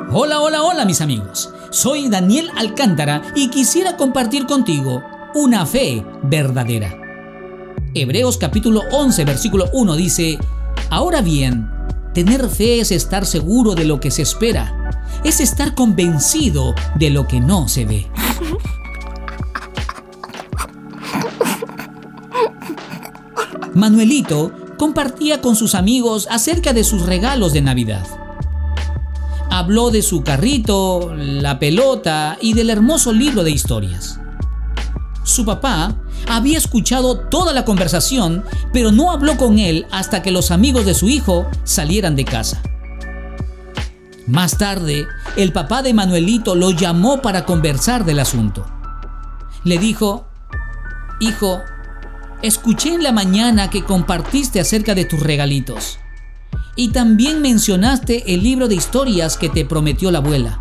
Hola, hola, hola mis amigos. Soy Daniel Alcántara y quisiera compartir contigo una fe verdadera. Hebreos capítulo 11 versículo 1 dice: Ahora bien, tener fe es estar seguro de lo que se espera, es estar convencido de lo que no se ve. Manuelito compartía con sus amigos acerca de sus regalos de Navidad. Habló de su carrito, la pelota y del hermoso libro de historias. Su papá había escuchado toda la conversación, pero no habló con él hasta que los amigos de su hijo salieran de casa. Más tarde, el papá de Manuelito lo llamó para conversar del asunto. Le dijo: Hijo, escuché en la mañana que compartiste acerca de tus regalitos. Y también mencionaste el libro de historias que te prometió la abuela.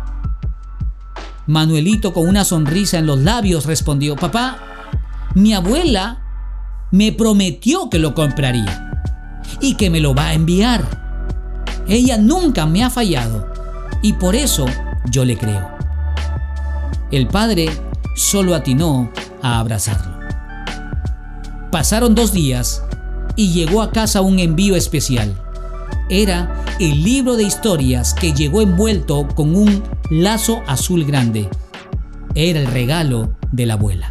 Manuelito, con una sonrisa en los labios, respondió: Papá, mi abuela me prometió que lo compraría y que me lo va a enviar. Ella nunca me ha fallado y por eso yo le creo. El padre solo atinó a abrazarlo. Pasaron 2 días y llegó a casa un envío especial. Era el libro de historias que llegó envuelto con un lazo azul grande. Era el regalo de la abuela.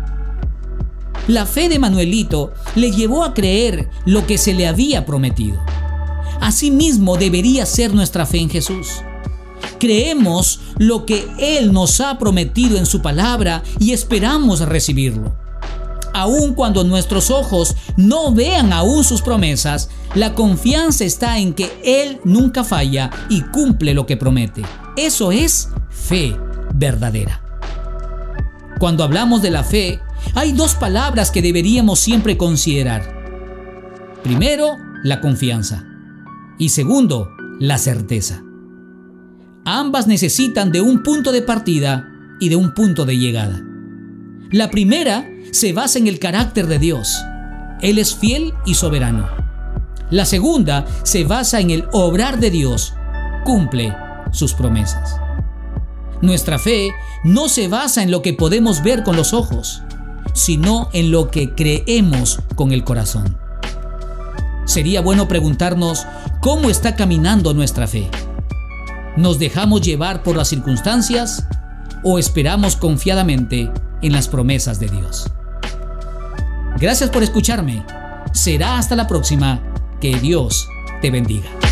La fe de Manuelito le llevó a creer lo que se le había prometido. Asimismo debería ser nuestra fe en Jesús. Creemos lo que Él nos ha prometido en su palabra y esperamos recibirlo. Aun cuando nuestros ojos no vean aún sus promesas, la confianza está en que Él nunca falla y cumple lo que promete. Eso es fe verdadera. Cuando hablamos de la fe, hay 2 palabras que deberíamos siempre considerar. Primero, la confianza. Y segundo, la certeza. Ambas necesitan de un punto de partida y de un punto de llegada. La primera se basa en el carácter de Dios. Él es fiel y soberano. La segunda se basa en el obrar de Dios. Cumple sus promesas. Nuestra fe no se basa en lo que podemos ver con los ojos, sino en lo que creemos con el corazón. Sería bueno preguntarnos cómo está caminando nuestra fe. ¿Nos dejamos llevar por las circunstancias o esperamos confiadamente en las promesas de Dios? Gracias por escucharme. Será hasta la próxima. Que Dios te bendiga.